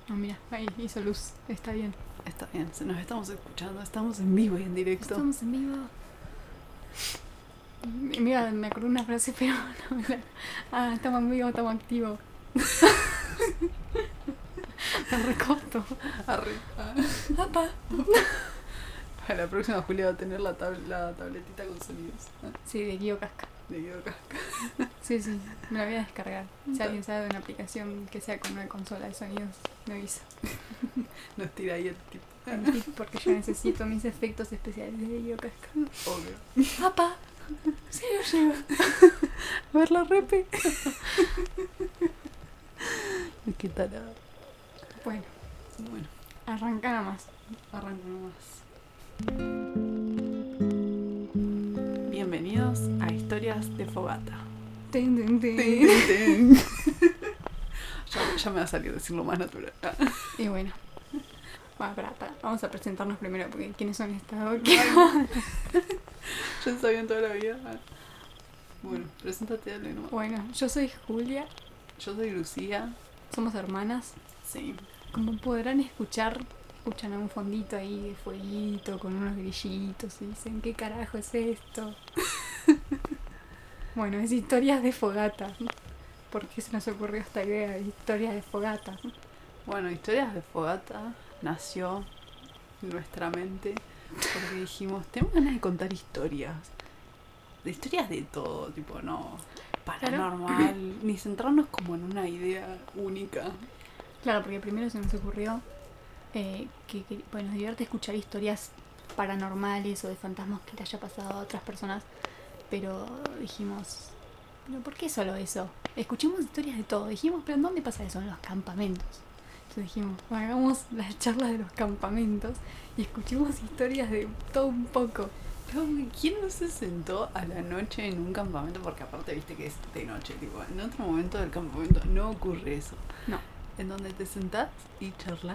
Ah, mira, ahí hizo luz. Está bien. Está bien, nos estamos escuchando, estamos en vivo y en directo. Estamos en vivo. Mira, me acordé una frase, pero no me la... Ah, estamos en vivo, estamos activos. Me recosto. Arre. ¡Apa! A la próxima Julia va a tener la tabletita con sonidos. Sí, de Guío Casca. De Guido Casca. Sí, me la voy a descargar. Si alguien sabe de una aplicación que sea con una consola de sonidos, me avisa. Nos tira ahí el tip. Un tip, porque yo necesito mis efectos especiales de Guío Casca. Obvio. ¡Apa! Sí, lo llevo. A ver la repe. ¿Qué tal? Bueno, Bueno, arranca nada más. arranco nomás. Bienvenidos a Historias de Fogata. Tin, tin, tin. Tin, tin, tin. Ya me va a salir decirlo más natural. Y bueno. Bueno, pará. Vamos a presentarnos primero, porque ¿quiénes son estas? Ya sabían toda la vida. Bueno, preséntate, dale nomás. Bueno, yo soy Julia, Yo soy Lucía. somos hermanas. Sí. Como podrán escuchan a un fondito ahí de fueguito con unos grillitos y dicen, ¿qué carajo es esto? Bueno, es historias de fogata. ¿Por qué se nos ocurrió esta idea de historias de fogata? Bueno, Historias de Fogata nació en nuestra mente porque dijimos, tenemos ganas de contar historias. De historias de todo, tipo, no paranormal, ni centrarnos como en una idea única. Claro, porque primero se nos ocurrió bueno, nos divierte escuchar historias paranormales o de fantasmas que le haya pasado a otras personas, pero dijimos, ¿pero por qué solo eso? Escuchemos historias de todo. Dijimos, ¿pero en dónde pasa eso? En los campamentos. Entonces dijimos, hagamos las charlas de los campamentos y escuchemos historias de todo un poco. Pero, ¿quién no se sentó a la noche en un campamento? Porque aparte viste que es de noche, tipo, en otro momento del campamento no ocurre eso. No. En donde te sentás y charlas,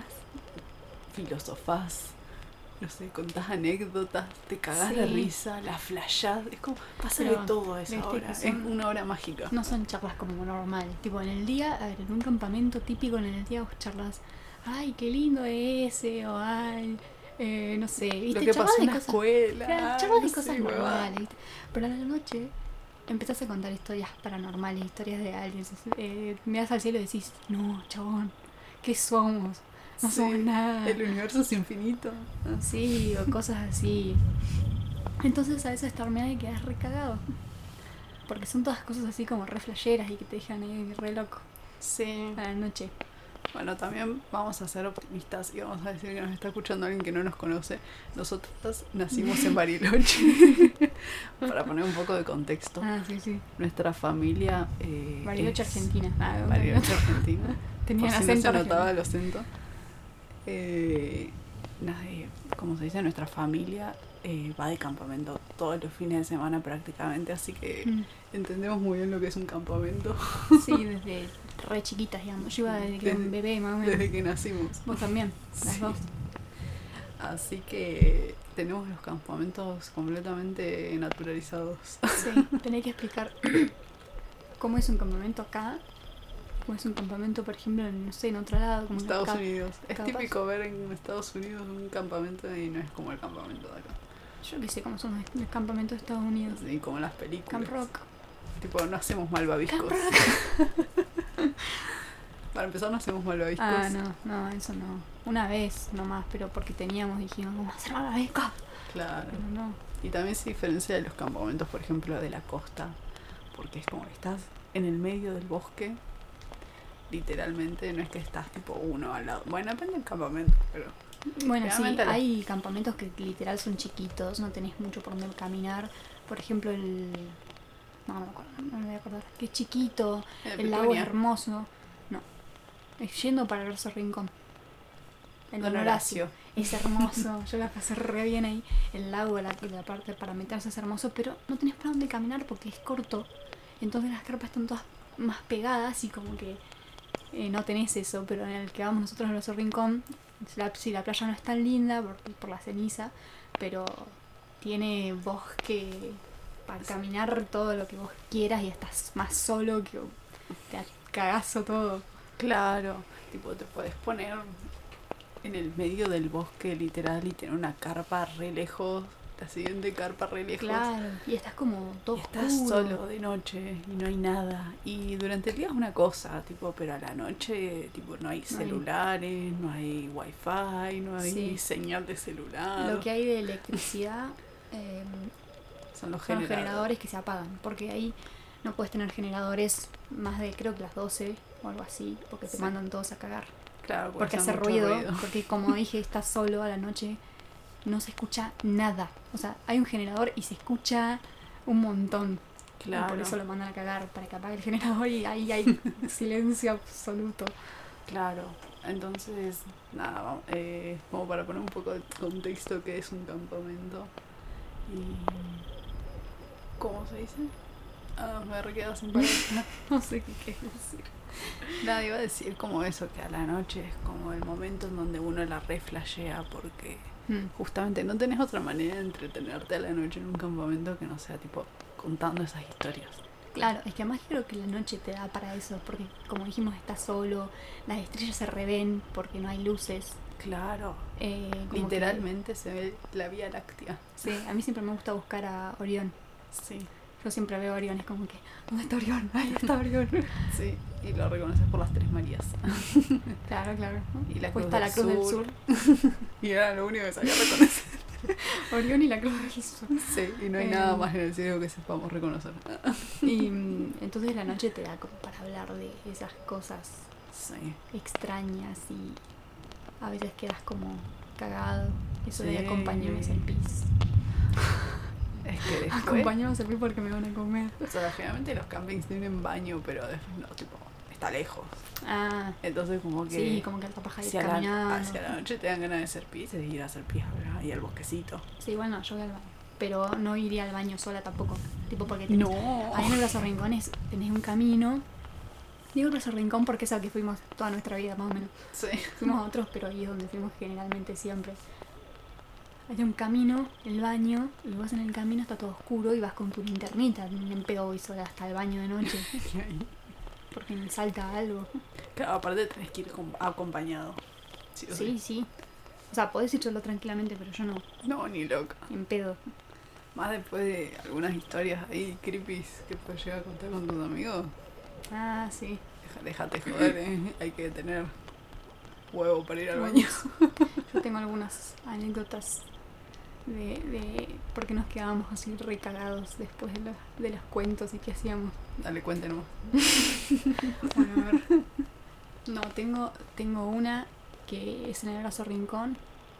filosofás, no sé, contás anécdotas, te cagás Sí. de risa, la flashás, es como, pasa Pero, de todo a esa viste hora, que es son- una hora mágica. No son charlas como normales. Tipo, en el día, a ver, en un campamento típico, en el día vos charlas, ay, qué lindo ese, o ay, no sé, ¿viste? Lo que Charlas pasó en de la cosas- escuela, Claro, charlas de no cosas sé, huevada. normales, ¿viste? Pero a la noche empezás a contar historias paranormales, historias de aliens. Mirás al cielo y decís, no, chabón, ¿qué somos? No Sí, somos nada. el universo es infinito. Sí, o cosas así. Entonces a veces terminás y quedás recagado. Porque son todas cosas así como re flasheras y que te dejan ahí re loco Sí. a la noche. Bueno, también vamos a ser optimistas y vamos a decir que nos está escuchando alguien que no nos conoce. Nosotras nacimos en Bariloche. Para poner un poco de contexto. Ah, sí. Nuestra familia Bariloche, es Argentina. Ah, Bariloche, Argentina. Tenían Por si no acento se notaba el argentino. acento. Como se dice, nuestra familia va de campamento todos los fines de semana prácticamente, así que entendemos muy bien lo que es un campamento Sí, desde re chiquitas, digamos. Yo iba desde que era un bebé, más o menos. desde que nacimos. Vos también, las Sí. dos. Así que tenemos los campamentos completamente naturalizados. Sí, tenés que explicar cómo es un campamento acá. Cómo es un campamento, por ejemplo, en, no sé, en otro lado. Como Estados acá. Unidos. Es capaz. típico ver en Estados Unidos un campamento y no es como el campamento de acá. Yo qué sé cómo son los campamentos de Estados Unidos. Así como en las películas. Camp Rock. Tipo, no hacemos malvaviscos. Camp Rock. Para empezar, no hacemos malvaviscos. Ah, no, eso no. Una vez nomás, pero porque dijimos, vamos a hacer malvaviscos. Claro. Pero no. Y también se diferencia de los campamentos, por ejemplo, de la costa. Porque es como que estás en el medio del bosque. Literalmente, no es que estás tipo uno al lado. Bueno, depende del campamento, pero... Bueno, sí, Realmente hay campamentos que literal son chiquitos, no tenés mucho por donde caminar. Por ejemplo, no me acuerdo, no me voy a acordar. Que es chiquito, el lago es hermoso. No, es yendo para el Verso Rincón. El Don Don Horacio. Es hermoso, yo la pasé re bien ahí. El lago, la parte para meterse es hermoso, pero no tenés para dónde caminar porque es corto. Entonces las carpas están todas más pegadas y como que no tenés eso. Pero en el que vamos nosotros al Verso Rincón, si la playa no es tan linda por la ceniza, pero tiene bosque para caminar todo lo que vos quieras y estás más solo que te cagazo todo. Claro, tipo, te podés poner en el medio del bosque literal y tener una carpa re lejos, la siguiente carpa re lejos. Claro, y estás como todo Y estás oscuro. solo de noche y no hay nada. Y durante el día es una cosa, tipo, pero a la noche, tipo, no hay No hay- celulares, no hay wifi, no hay Sí. señal de celular. Lo que hay de electricidad Son los son los generadores. generadores que se apagan, porque ahí no puedes tener generadores más de creo que las 12 o algo así, porque te Sí. mandan todos a cagar. Claro, Porque hace ruido, porque como dije, estás solo a la noche, no se escucha nada. O sea, hay un generador y se escucha un montón. Claro. Y por eso lo mandan a cagar, para que apague el generador y ahí hay silencio absoluto. Claro, entonces, nada, como para poner un poco de contexto que es un campamento. Y... ¿Cómo se dice? Ah, me he quedado sin palabras. No sé qué decir. Nada, iba a decir como eso, que a la noche es como el momento en donde uno la reflashea porque justamente no tenés otra manera de entretenerte a la noche en un campamento que no sea tipo contando esas historias. Claro, es que además creo que la noche te da para eso, porque como dijimos, estás solo, las estrellas se reven porque no hay luces. Claro, Como literalmente se ve la Vía Láctea. Sí, a mí siempre me gusta buscar a Orión. Sí, Yo siempre veo a Orión, es como que, ¿dónde está Orión? Ahí está Orión. sí, y lo reconoces por las Tres Marías. Claro, claro. Y la Después Cruz está la Cruz del Sur. Sur. Y era lo único que sabía reconocer. Orión y la Cruz del Sur. Sí, y no hay nada más en el cielo que sepamos reconocer. Y entonces la noche te da como para hablar de esas cosas Sí. extrañas y a veces quedas como cagado. Eso de Sí. acompañarme al pis. Es que después, Acompañamos al pis porque me van a comer. o sea, generalmente los campings tienen baño, pero no, tipo, está lejos. Ah, Entonces como que sí, como que alta paja de ir si a caminando. la noche te dan ganas de hacer pis, es ir a hacer pis ahí al bosquecito. Sí, igual no, yo voy al baño. Pero no iría al baño sola tampoco. Tipo porque tenés, No. ahí en el Brazo Rincón tenés un camino. Digo el Brazo Rincón porque es al que fuimos toda nuestra vida, más o menos. Sí. Fuimos a otros, pero ahí es donde fuimos generalmente siempre. Hay un camino, el baño, y vos en el camino está todo oscuro y vas con tu linternita, en pedo y sola hasta el baño de noche, Y ahí, porque salta algo. claro, aparte tenés que ir acompañado. Sí, o Sí, sí. O sea, podés ir solo tranquilamente, pero yo no, No, ni loca. en pedo. Más después de algunas historias ahí creepy que puedes llegar a contar con tus amigos. Ah, sí. Déjate joder, hay que tener huevo para ir al baño. Yo tengo algunas anécdotas de por qué nos quedábamos así recagados después de los cuentos y qué hacíamos. Dale, cuéntenos. Bueno, a ver. No, tengo una que es en el Brazo Rincón.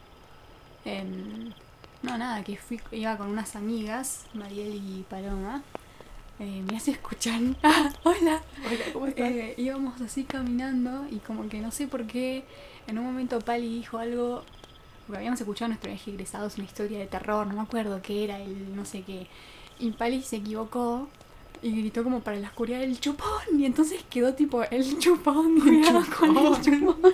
No, nada, que iba con unas amigas, Mariel y Paloma. Me hace escuchar. ¡Ah! ¡Hola! Hola, ¿cómo estás? Íbamos así caminando y como que no sé por qué en un momento Pali dijo algo, porque habíamos escuchado en nuestro viaje egresados una historia de terror, no me acuerdo qué era, el no sé qué, y Pali se equivocó y gritó como para la oscuridad el chupón, y entonces quedó tipo el chupón, cuidado con el chupón.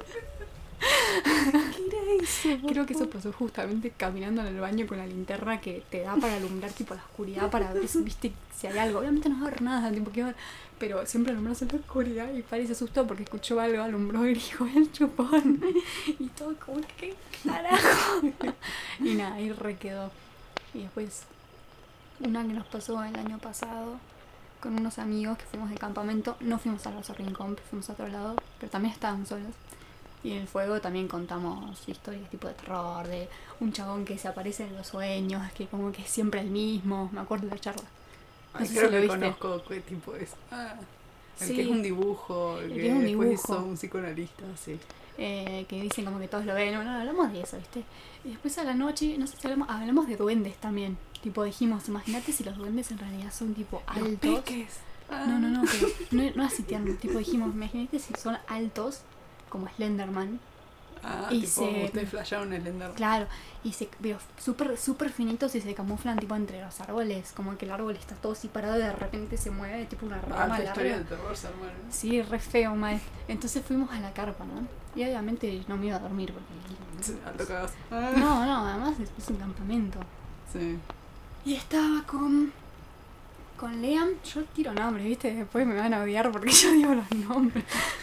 ¿Qué era eso? Creo que eso pasó justamente caminando en el baño con la linterna que te da para alumbrar tipo la oscuridad para ver si, viste, si hay algo. Obviamente no va a ver nada, tipo que va, pero siempre alumbras en la oscuridad y Pari se asustó porque escuchó algo, alumbró y dijo el chupón. Y todo como, ¿qué carajo? Y nada, ahí re quedó. Y después, una que nos pasó el año pasado con unos amigos que fuimos de campamento, no fuimos al Brazo Rincón, fuimos a otro lado, pero también estaban solos. Y en el fuego también contamos historias tipo de terror, de un chabón que se aparece en los sueños, que como que es siempre el mismo. Me acuerdo de la charla. Ay, sé creo si lo que viste. conozco qué tipo es. Ah, el Sí. que es un dibujo, el que es un después dibujo. hizo un psicoanalista, sí. Que dicen como que todos lo ven. No, hablamos de eso, ¿viste? Y después a la noche, no sé si hablamos de duendes también. Tipo dijimos, imagínate si los duendes en realidad son tipo Los altos. peques. No, pero no así tierno. Tipo dijimos, imagínate si son altos, como Slenderman. Ah, Y tipo, se- ustedes flashearon el Slender. Claro, pero súper finitos y se camuflan tipo entre los árboles, como que el árbol está todo así parado y de repente se mueve tipo una rama Alta historia de larga. terror, se armaron. Sí, re feo, mal. Entonces fuimos a la carpa, ¿no? Y obviamente no me iba a dormir porque... Sí, alto cagazo. No, además es un campamento. Sí. Y estaba con Liam, yo tiro nombres, ¿viste? Después me van a odiar porque yo digo los nombres.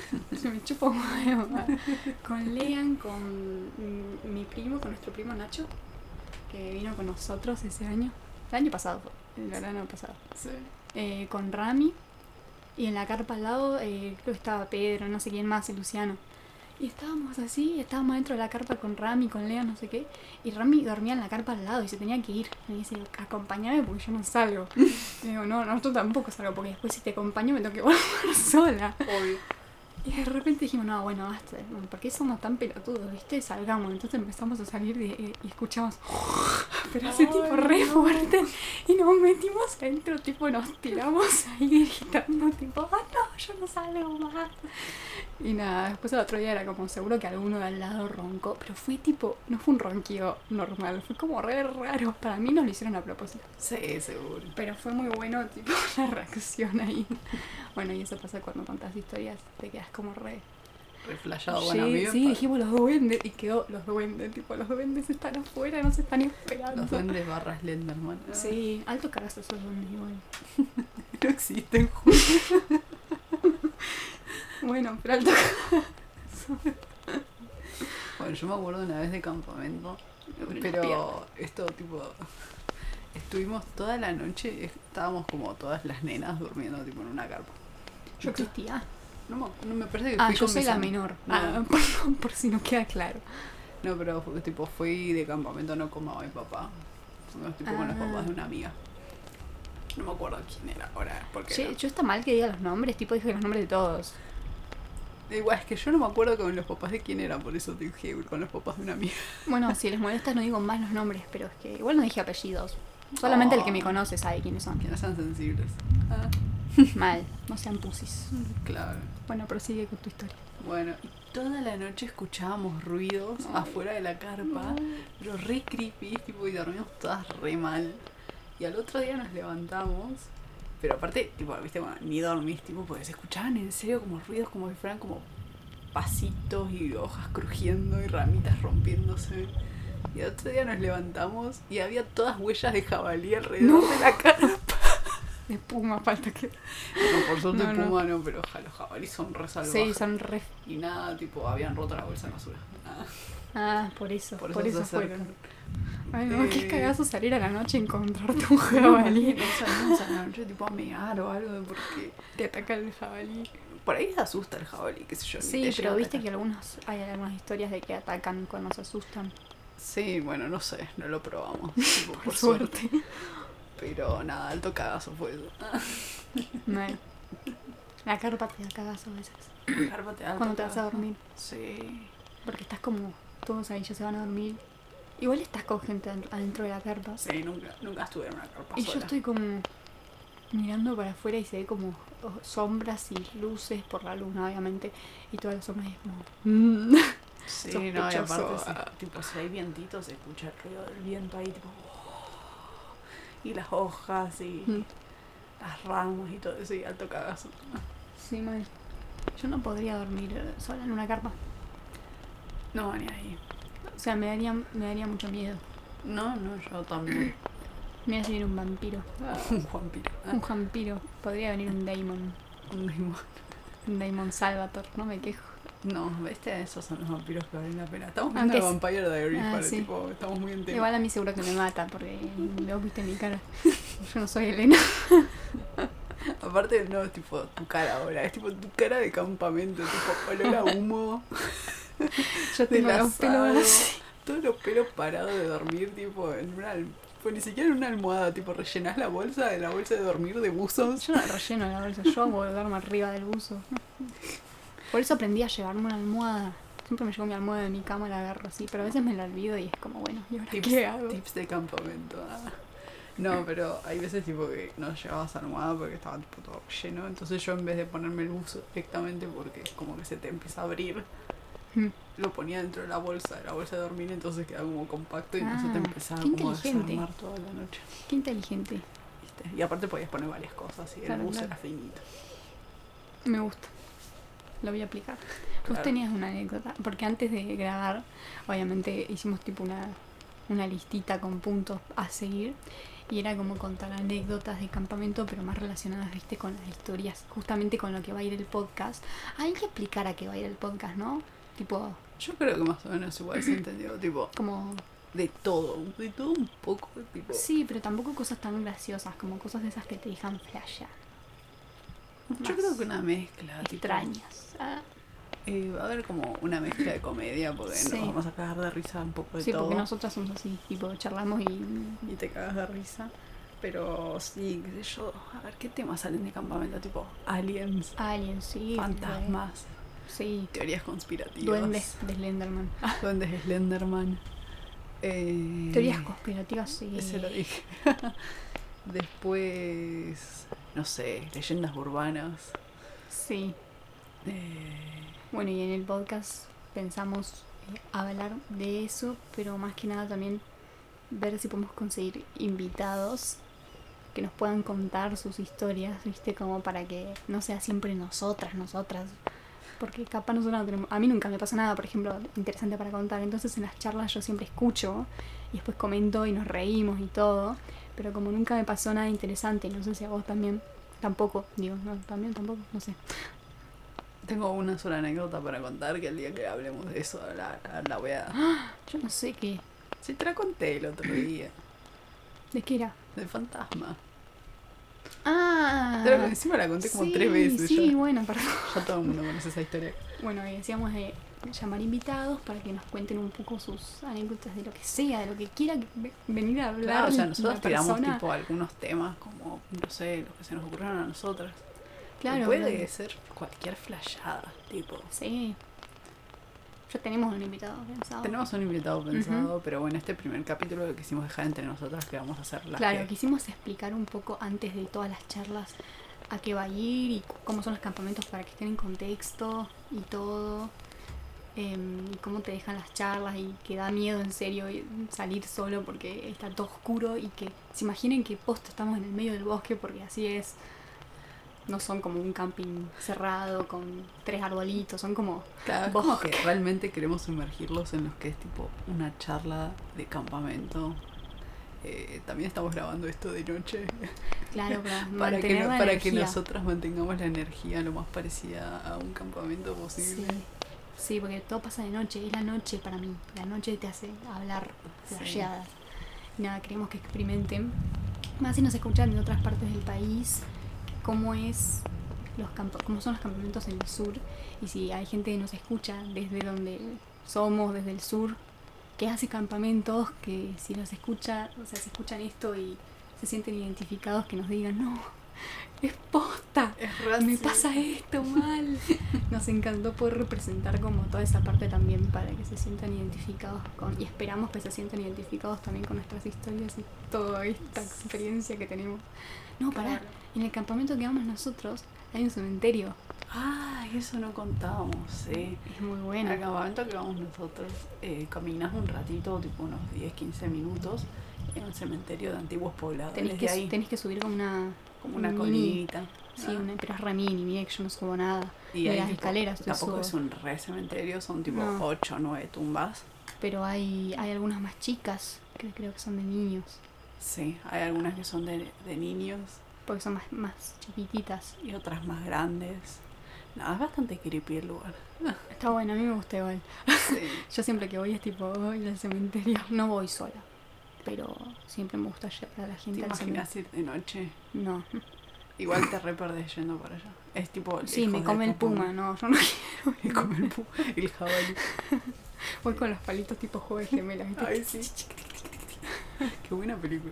Se me chupa un huevo. Con Lean, con mi primo, con nuestro primo Nacho, que vino con nosotros ese año. El año pasado fue, el verano pasado. Sí. Con Rami. Y en la carpa al lado, creo que estaba Pedro, no sé quién más, y Luciano. Y estábamos así, estábamos dentro de la carpa con Rami, con Lea, no sé qué. Y Rami dormía en la carpa al lado y se tenía que ir. Me dice, acompáñame porque yo no salgo. Y digo, no, tú tampoco salgo porque después si te acompaño me tengo que volver sola. Obvio. Y de repente dijimos, no, bueno, basta, ¿por qué somos tan pelotudos, viste? Salgamos. Entonces empezamos a salir y escuchamos, pero así tipo re fuerte. Y nos metimos adentro, tipo nos tiramos ahí gritando, tipo, no, yo no salgo más. Y nada, después el otro día era como seguro que alguno de al lado roncó, pero fue tipo, no fue un ronquido normal, fue como re raro. Para mí nos lo hicieron a propósito. Sí, seguro. Pero fue muy bueno, tipo, la reacción ahí. Bueno, y eso pasa cuando contás historias, te quedas como re... Reflejado, bueno, a mí me sí, pasa. dijimos los duendes, y quedó los duendes, tipo, los duendes están afuera, no se están esperando. Los duendes barras Slenderman. Sí, alto cagazo esos duendes igual. No existen, Julio. Bueno, pero alto cagazo. Bueno, yo me acuerdo una vez de campamento, Una pero pierna. esto tipo... Estuvimos toda la noche, estábamos como todas las nenas durmiendo tipo en una carpa. Yo existía. No me parece que Ah, fui yo con soy mis la am- menor. No, Ah, por si no queda claro. no, pero tipo fui de campamento no con mamá y papá. Fuimos tipo con los Ah. papás de una amiga. No me acuerdo quién era ahora, porque Che, yo está mal que diga los nombres, tipo dije los nombres de todos. igual es que yo no me acuerdo con los papás de quién era, por eso te dije con los papás de una amiga. Bueno, si les molesta no digo más los nombres, pero es que igual no dije apellidos. Solamente el que me conoce sabe quiénes son. Que no sean sensibles. Ah, Mal, no sean pusis. claro. Bueno, prosigue con tu historia. Bueno, y toda la noche escuchábamos ruidos afuera de la carpa, pero re creepy, tipo, y dormimos todas re mal. Y al otro día nos levantamos, pero aparte, tipo, viste, bueno, ni dormís, tipo, porque se escuchaban en serio como ruidos como si fueran como pasitos y hojas crujiendo y ramitas rompiéndose. Y al otro día nos levantamos y había todas huellas de jabalí alrededor de la carpa. De Puma, falta que... No, por suerte No, no. puma no, pero los jabalíes son re salvajes. Sí, son re... Y nada, tipo, habían roto la bolsa de basura. Nada. Ah, por eso Por fueron. se acercan. Ay, no, qué Eh. cagazo salir a la noche y encontrarte un jabalí. No salimos a la noche tipo a mear o algo porque Te ataca el jabalí. por ahí se asusta el jabalí, qué sé yo. ni Sí, te pero llega a viste atacar. que hay algunas historias de que atacan cuando se asustan. Sí, bueno, no sé, no lo probamos. Tipo, Por suerte. Pero nada, alto cagazo fue eso. No hay. La carpa te da cagazo a veces. Cárpate alto Cuando te vas a cagazo. dormir. Sí. Porque estás como... Todos ahí ya se van a dormir. Igual estás con gente adentro de la carpa. Sí, nunca estuve en una carpa Y sola. yo estoy como mirando para afuera y se ve como sombras y luces por la luna, obviamente. Y todas las sombras es como... Sí, no, y sospechoso aparte, ese. tipo, si hay vientito, se escucha el ruido del viento ahí, tipo... Y las hojas y Mm. las ramas y todo eso, y alto cagazo. Sí, mal. Yo no podría dormir sola en una carpa. No, ni ahí. O sea, me daría mucho miedo. No, yo también. Mira si viene un vampiro. Un vampiro. Un vampiro. Podría venir un Daemon. Un demonio. Un Daemon Salvator, no me quejo. No, ¿viste? Esos son los vampiros que valen la pena. Estamos Aunque viendo es- Vampire Diaries, Ah, para sí. tipo, estamos muy en tema. Igual a mí seguro que me mata porque vos viste mi cara. Yo no soy Elena. Aparte, no es tipo tu cara ahora, es tipo tu cara de campamento, tipo olor a humo, Yo del tengo los pelos asado, así. todos los pelos parados de dormir, tipo, en una pues ni siquiera en una almohada, tipo, rellenás la bolsa de dormir de buzos. Yo no relleno la bolsa, yo duermo arriba del buzo. Por eso aprendí a llevarme una almohada. Siempre me llevo mi almohada de mi cama, la agarro así, pero a veces me la olvido y es como, bueno, ¿y ahora qué hago? Tips de campamento. Ah. No, pero hay veces tipo que no llevabas almohada porque estaba tipo todo lleno. Entonces yo en vez de ponerme el buzo directamente porque es como que se te empieza a abrir, Mm. lo ponía dentro de la bolsa de dormir, entonces quedaba como compacto y no se te Ah, empezaba qué como a inteligente. desarmar toda la noche. Qué inteligente. ¿Viste? Y aparte podías poner varias cosas y el Claro, buzo claro. era finito. Me gusta. Lo voy a aplicar. Vos Claro. tenías una anécdota, porque antes de grabar, obviamente hicimos tipo una listita con puntos a seguir. Y era como contar anécdotas de campamento, pero más relacionadas, viste, con las historias, justamente con lo que va a ir el podcast. Hay que explicar a qué va a ir el podcast, ¿no? Tipo, Yo creo que más o menos igual se entendió, tipo, como... de todo un poco, tipo. Sí, pero tampoco cosas tan graciosas, como cosas de esas que te dejan flashear. Yo creo que una mezcla, Extrañas. Ah, va a haber como una mezcla de comedia, porque Sí. nos vamos a cagar de risa un poco de sí, todo. porque nosotras somos así, tipo, charlamos y... Y te cagas de risa. Pero sí, qué sé yo, a ver qué temas salen de campamento, tipo aliens, Aliens, sí. fantasmas, Sí. teorías conspirativas. Duendes de Slenderman. Duendes Slenderman. Teorías conspirativas, sí. Ese lo dije. Después, no sé, leyendas urbanas. Sí. Eh, Bueno, y en el podcast pensamos hablar de eso, pero más que nada también ver si podemos conseguir invitados que nos puedan contar sus historias, ¿viste? Como para que no sea siempre nosotras. Porque capaz nosotros no tenemos... A mí nunca me pasa nada, por ejemplo, interesante para contar. Entonces en las charlas yo siempre escucho y después comento y nos reímos y todo. Pero como nunca me pasó nada interesante, no sé si a vos también... Tampoco, digo, no, también tampoco, no sé. Tengo una sola anécdota para contar que el día que hablemos de eso la voy a... Yo no sé qué... Sí, te la conté el otro día. ¿De qué era? Del fantasma. Ah, Pero encima la conté como sí, 3 veces. Sí, Ya, bueno, perdón. ya todo el mundo conoce esa historia. Bueno, y decíamos de llamar invitados para que nos cuenten un poco sus anécdotas de lo que sea, de lo que quiera venir a hablar. Claro, o sea, nosotros la tiramos persona. tipo algunos temas como, no sé, los que se nos ocurrieron a nosotras. Claro, Y puede pero- ser cualquier flashada, tipo. Sí. Ya tenemos un invitado pensado. Tenemos un invitado pensado, pero bueno, este primer capítulo lo quisimos dejar entre nosotras, que vamos a hacer las Claro, que... quisimos explicar un poco antes de todas las charlas a qué va a ir y cómo son los campamentos para que estén en contexto y todo. Y cómo te dejan las charlas y que da miedo en serio salir solo porque está todo oscuro y que se imaginen que posta estamos en el medio del bosque porque así es. No son como un camping cerrado con 3 arbolitos, son como Claro, es como bosque. que realmente queremos sumergirlos en los que es tipo una charla de campamento. También estamos grabando esto de noche Claro, para para que, mantener la para que energía. nosotras mantengamos la energía lo más parecida a un campamento posible. Sí. Sí, porque todo pasa de noche, es la noche para mí. La noche te hace hablar Sí. flasheadas. Y nada, queremos que experimenten. Más si nos escuchan de otras partes del país, cómo cómo son los campamentos en el sur. Y si hay gente que nos escucha desde donde somos, desde el sur, que hace campamentos, que si nos escucha, o sea, si escuchan esto y se sienten identificados, que nos digan, no, es posta. Es Me pasa esto mal. Nos encantó poder representar como toda esa parte también para que se sientan identificados y esperamos que se sientan identificados también con nuestras historias y toda esta experiencia que tenemos. No, pará, Claro. en el campamento que vamos nosotros hay un cementerio. Ay, eso no contábamos, sí. Es muy En bueno. el campamento que vamos nosotros, caminás un ratito, tipo unos 10-15 minutos, en un cementerio de antiguos pobladores. Tenés que subir como como una mini- colinita. Sí, pero es re mini, mira que yo no subo nada. Y de hay las tipo, escaleras te tampoco subo. es un re cementerio, son tipo No. 8 o 9 tumbas. Pero hay algunas más chicas que creo que son de niños. Sí, hay algunas que son de niños Porque son más chiquititas. y otras más grandes. Nada, es bastante creepy el lugar. Está bueno, a mí me gusta igual. Sí. Yo siempre que voy es tipo, voy al cementerio. No voy sola, pero siempre me gusta llevar a la ¿Te gente al imaginas cementerio. ir de noche? No. Igual te re perdés yendo para allá. Es tipo. Sí, lejos me de come el Capone. puma, no, yo no quiero. Me come el puma, el jabalí. Voy con los palitos tipo juego de gemelas, ¿viste? Ay, sí. Qué buena película.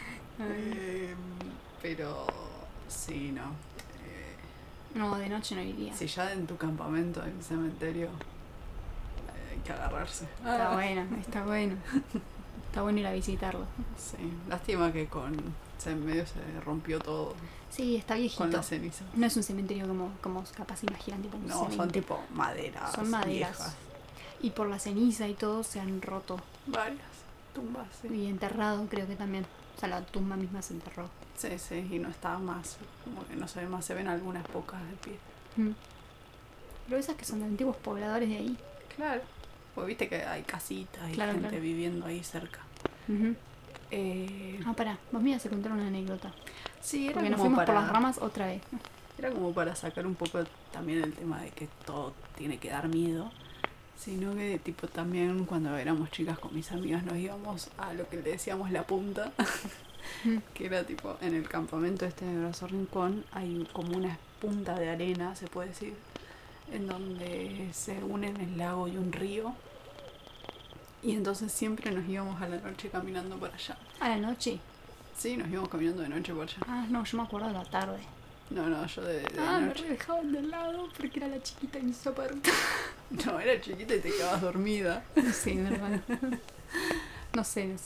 Ay. Pero sí, no. No, de noche no iría. Si ya en tu campamento hay un cementerio, hay que agarrarse. Está bueno, está bueno. Está bueno ir a visitarlo. Sí, lástima que en medio se rompió todo Sí, está viejito. con la ceniza. No es un cementerio como capaz se imaginan, tipo un No, son cemento. tipo maderas. Son maderas. Viejas. Y por la ceniza y todo se han roto. Varias tumbas, sí. Y enterrado creo que también. O sea, la tumba misma se enterró. Sí, sí, y no está más, como que no se ve más, se ven algunas pocas de pie. Mm. Pero esas que son de antiguos pobladores de ahí. Claro. Pues viste que hay casitas y Claro, gente claro. viviendo ahí cerca. Ujú. Pará, vos me ibas a contar una anécdota. Sí, era Porque nos como fuimos por para, las ramas otra vez. era como para sacar un poco también el tema de que todo tiene que dar miedo, sino que tipo también cuando éramos chicas con mis amigas nos íbamos a lo que le decíamos la punta, que era tipo en el campamento este de Brazo Rincón hay como una punta de arena, se puede decir, en donde se unen el lago y un río. Y entonces siempre nos íbamos a la noche caminando para allá. ¿A la noche? Sí, nos íbamos caminando de noche para allá. Ah, no, yo me acuerdo de la tarde. No, yo de Me noche. dejaban de lado porque era la chiquita y mi zapato. No, era chiquita y te quedabas dormida. Sí, verdad. No sé.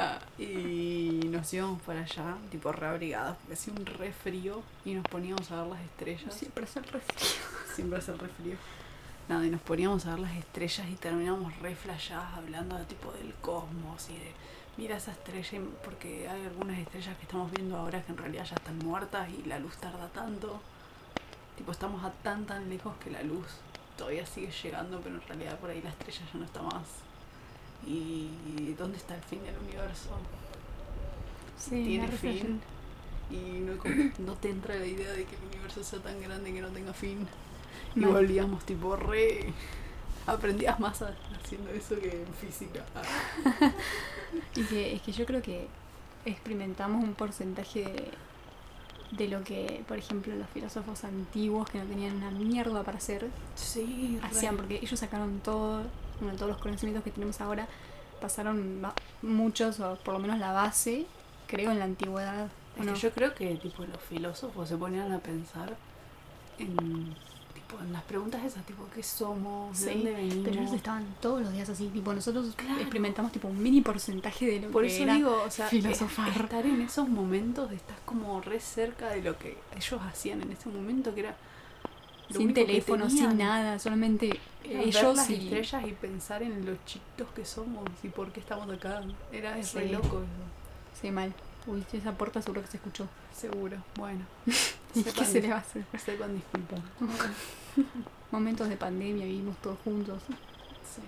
Y nos íbamos para allá, tipo reabrigadas, porque hacía un re frío y nos poníamos a ver las estrellas. Siempre hace re frío. Siempre hace re frío. Nada, y nos poníamos a ver las estrellas y terminábamos re flashadas hablando de tipo del cosmos y de mira esa estrella, porque hay algunas estrellas que estamos viendo ahora que en realidad ya están muertas y la luz tarda tanto. Tipo, estamos a tan lejos que la luz todavía sigue llegando, pero en realidad por ahí la estrella ya no está más. ¿Y dónde está el fin del universo? Sí, Tiene fin. Y no te entra la idea de que el universo sea tan grande que no tenga fin. Y volvíamos tipo re... Aprendías más haciendo eso que en física. Y que es que yo creo que experimentamos un porcentaje de lo que, por ejemplo, los filósofos antiguos que no tenían una mierda para hacer, Sí, hacían, porque ellos sacaron todo, bueno, todos los conocimientos que tenemos ahora, pasaron muchos, o por lo menos la base, creo, en la antigüedad. Es que yo creo que tipo los filósofos se ponían a pensar en las preguntas esas, tipo, ¿qué somos? ¿De dónde venimos? Pero ellos estaban todos los días así, tipo, nosotros experimentamos tipo un mini porcentaje de lo por que eso era digo, o sea, filosofar. Estar en esos momentos estás como re cerca de lo que ellos hacían en ese momento, que era lo sin único teléfono, que tenían. Sin nada, solamente ellos ver las y estrellas y pensar en lo chiquitos que somos y por qué estamos acá. Era re Sí. loco eso. Sí, mal. Uy, esa puerta seguro que se escuchó. Seguro. Bueno. ¿Y qué se le va a hacer? Sepan disculpar. Momentos de pandemia, vivimos todos juntos. Sí.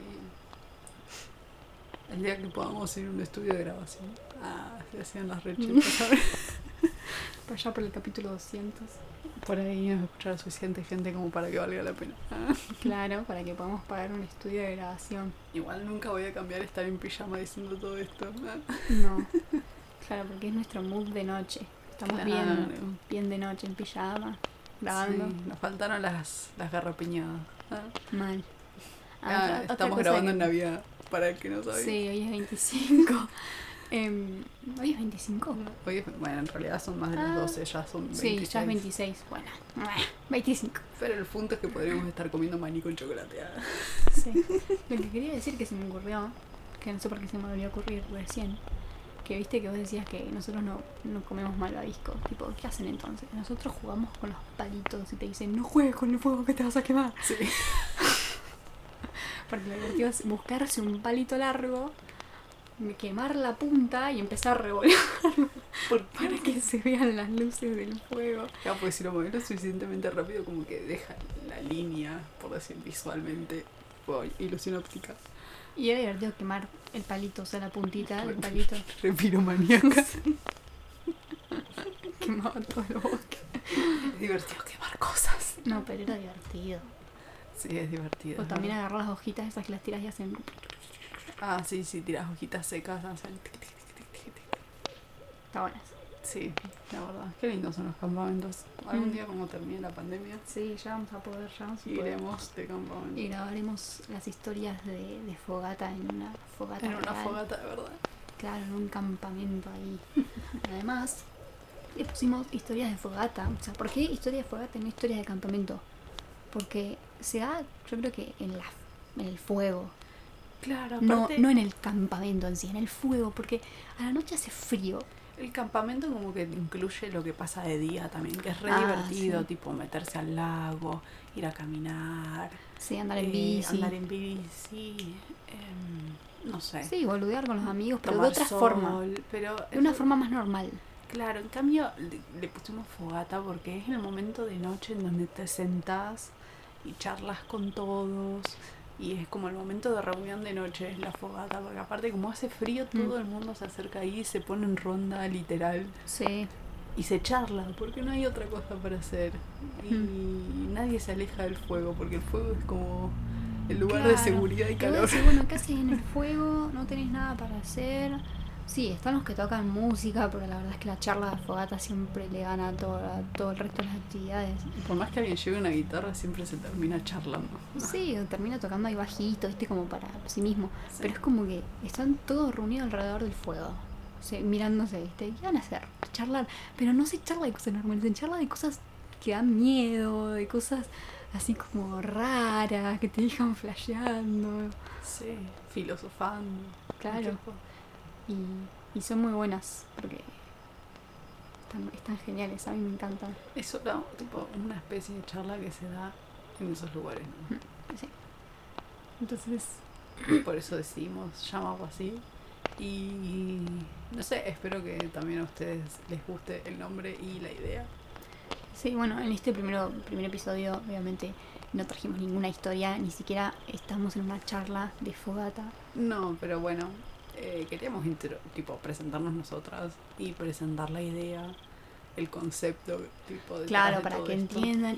El día que podamos ir a un estudio de grabación. Se hacían las rechetas. Por allá por el capítulo 200. Por ahí nos escuchará suficiente gente como para que valga la pena. Claro, para que podamos pagar un estudio de grabación. Igual nunca voy a cambiar estar en pijama diciendo todo esto. No. Claro, porque es nuestro mood de noche. Estamos Claro. bien de noche en pijama, grabando. Sí, nos faltaron las garrapiñadas. Mal. Otra Estamos cosa grabando en Navidad, para el que no sabe. Sí, hoy es 25. ¿Hoy es 25? Bueno, en realidad son más de las 12, ya son 26. Sí, ya es 26. Bueno, 25. Pero el punto es que podríamos estar comiendo maní con chocolate. Sí. Lo que quería decir que se me ocurrió, que no sé por qué se me volvió a ocurrir recién, que viste que vos decías que nosotros no comemos malvavisco. Tipo, ¿qué hacen entonces? Nosotros jugamos con los palitos y te dicen, no juegues con el fuego que te vas a quemar. Sí. Porque lo divertido es buscarse un palito largo, quemar la punta y empezar a revolver para que se vean las luces del fuego. Ya, pues si lo mueves lo suficientemente rápido como que deja la línea, por decir visualmente, ilusión óptica. Y era divertido quemar el palito, o sea, la puntita del palito. Repiromaníaca. Quemaba todo el bosque. Es divertido quemar cosas. No, pero era divertido. Sí, es divertido. O también agarrar las hojitas esas que las tiras y hacen... Sí, tiras hojitas secas, hacen Está buenas. Sí, la verdad. Qué lindos son los campamentos. Algún día como termine la pandemia, Sí, ya vamos a poder. iremos de campamento. Y grabaremos las historias de fogata en una fogata. En una real. fogata, de verdad. Claro, en un campamento ahí. Además, le pusimos historias de fogata. O sea, ¿por qué historias de fogata y no historias de campamento? Porque se da, yo creo que en el fuego. Claro, No, aparte, no en el campamento en sí, en el fuego, porque a la noche hace frío. el campamento como que incluye lo que pasa de día también, que es re Ah, divertido, sí. tipo meterse al lago, ir a caminar, Sí, andar en bici. No sé. Sí, boludear con los amigos, pero de tomar otra sol, forma. pero De una forma más normal. Claro, en cambio le pusimos fogata porque es el momento de noche en donde te sentás y charlas con todos Y es como el momento de reunión de noche, la fogata, porque aparte como hace frío, todo el mundo se acerca ahí, se pone en ronda literal Sí. y se charla, porque no hay otra cosa para hacer. Y nadie se aleja del fuego, porque el fuego es como el lugar de seguridad y Te voy a calor. decir, bueno, ¿qué haces en el fuego? No tenés nada para hacer. Sí, están los que tocan música, pero la verdad es que la charla de fogata siempre le gana a todo el resto de las actividades. Por más que alguien lleve una guitarra, siempre se termina charlando. Sí, termina tocando ahí bajito, viste, como para sí mismo. Sí. Pero es como que están todos reunidos alrededor del fuego. O sea, mirándose, ¿viste? ¿Qué van a hacer? Charlar. Pero no se charla de cosas normales, se charla de cosas que dan miedo, de cosas así como raras, que te dejan flasheando. Sí, filosofando. Claro. Y son muy buenas, porque están geniales, a mí me encantan. Es solo tipo una especie de charla que se da en esos lugares, ¿no? Sí. Entonces, Por eso decidimos llamarlo así. Y no sé, espero que también a ustedes les guste el nombre y la idea. sí, bueno, en este primer episodio obviamente no trajimos ninguna historia, ni siquiera estamos en una charla de fogata. No, pero bueno, queríamos tipo presentarnos nosotras y presentar la idea, el concepto, tipo de Claro, para que entiendan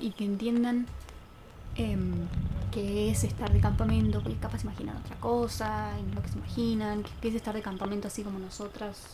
qué es estar de campamento, porque capaz se imaginan otra cosa, y no es lo que se imaginan, qué es estar de campamento así como nosotras,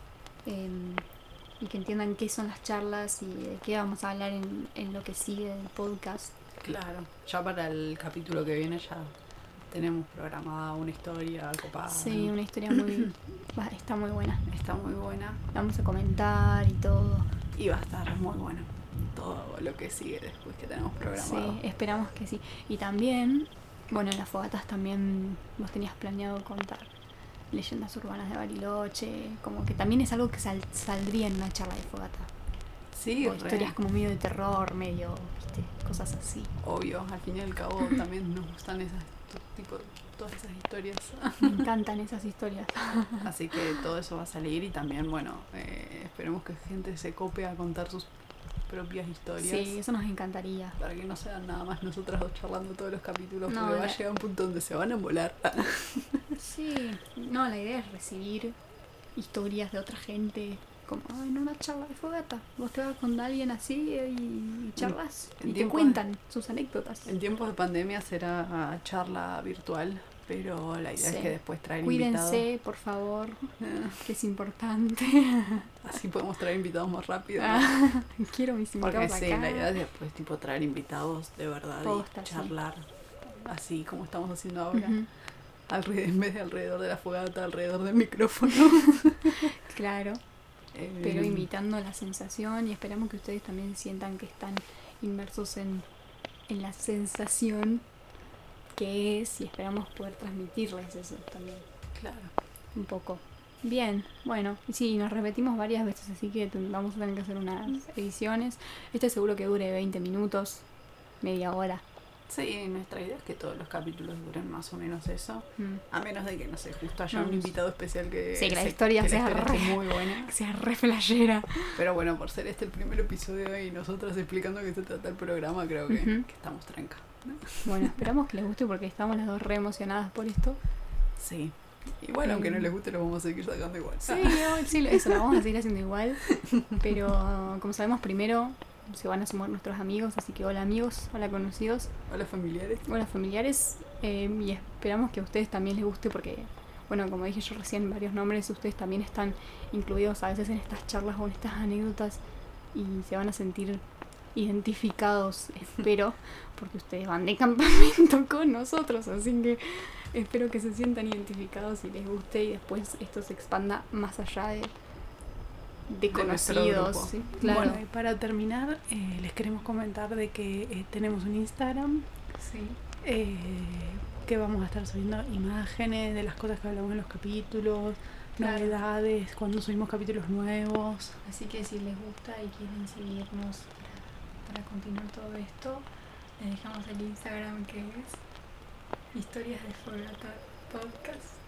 y que entiendan qué son las charlas y de qué vamos a hablar en lo que sigue del podcast. Claro, ya para el capítulo que viene ya tenemos programada una historia copada. Sí, una historia muy... está muy buena. Está muy buena. La vamos a comentar y todo. Y va a estar muy bueno todo lo que sigue después que tenemos programado. Sí, esperamos que sí. Y también, bueno, en las fogatas también vos tenías planeado contar leyendas urbanas de Bariloche, como que también es algo que saldría en una charla de fogata. Sí, o historias como medio de terror, medio, viste, cosas así. Obvio, al fin y al cabo también nos gustan todas esas historias. Me encantan esas historias. Así que todo eso va a salir y también, bueno, esperemos que gente se cope a contar sus propias historias. Sí, eso nos encantaría. Para que no sean nada más nosotras dos charlando todos los capítulos, No, porque va a llegar un punto donde se van a volar. Sí, no, la idea es recibir historias de otra gente, como en una charla de fogata. Vos te vas con alguien así y charlas y te cuentan sus anécdotas. En tiempos de pandemia será charla virtual, pero la idea es que después traer invitados. Cuídense, por favor, que es importante. Así podemos traer invitados más rápido. Quiero mis invitados porque acá. Sí, la idea es después tipo traer invitados de verdad Posta, y charlar así como estamos haciendo ahora. Uh-huh. En vez de alrededor de la fogata, alrededor del micrófono. Claro. Pero imitando la sensación, y esperamos que ustedes también sientan que están inmersos en la sensación que es, y esperamos poder transmitirles eso también. Claro. Un poco. Bien, bueno, sí, nos repetimos varias veces, así que vamos a tener que hacer unas ediciones. Este seguro que dure 20 minutos, media hora. Sí, nuestra idea es que todos los capítulos duren más o menos eso. A menos de que, no sé, justo haya un invitado especial que... Sí, que la historia sea muy buena. Que sea re flashera. Pero bueno, por ser este el primer episodio y nosotras explicando qué se trata el programa, creo que estamos tranca. Bueno, esperamos que les guste porque estamos las dos re emocionadas por esto. Sí. Y bueno, aunque no les guste, lo vamos a seguir sacando igual. Sí, eso lo vamos a seguir haciendo igual. Pero como sabemos, primero se van a sumar nuestros amigos, así que hola amigos, hola conocidos. Hola familiares. Hola familiares. Y esperamos que a ustedes también les guste porque, bueno, como dije yo recién, varios nombres, ustedes también están incluidos a veces en estas charlas o en estas anécdotas y se van a sentir identificados, espero, porque ustedes van de campamento con nosotros, así que espero que se sientan identificados y les guste y después esto se expanda más allá de conocidos. ¿Sí? Claro. Bueno, y para terminar, les queremos comentar de que tenemos un Instagram. Sí. Que vamos a estar subiendo imágenes de las cosas que hablamos en los capítulos, novedades, cuando subimos capítulos nuevos. Así que si les gusta y quieren seguirnos para continuar todo esto, les dejamos el Instagram que es Historias de Fogata Podcast.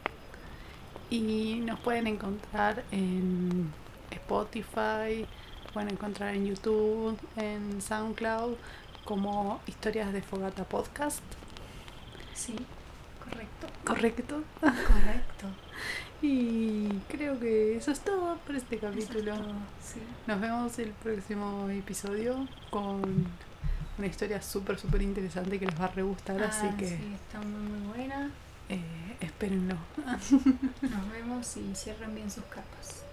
Y nos pueden encontrar en Spotify, pueden encontrar en YouTube, en SoundCloud como Historias de Fogata Podcast. Sí. Correcto. Correcto. Y creo que eso es todo por este capítulo. Sí. Nos vemos el próximo episodio con una historia súper, súper interesante que les va a re gustar, así que Sí, está muy buena. espérenlo. Nos vemos y cierren bien sus capas.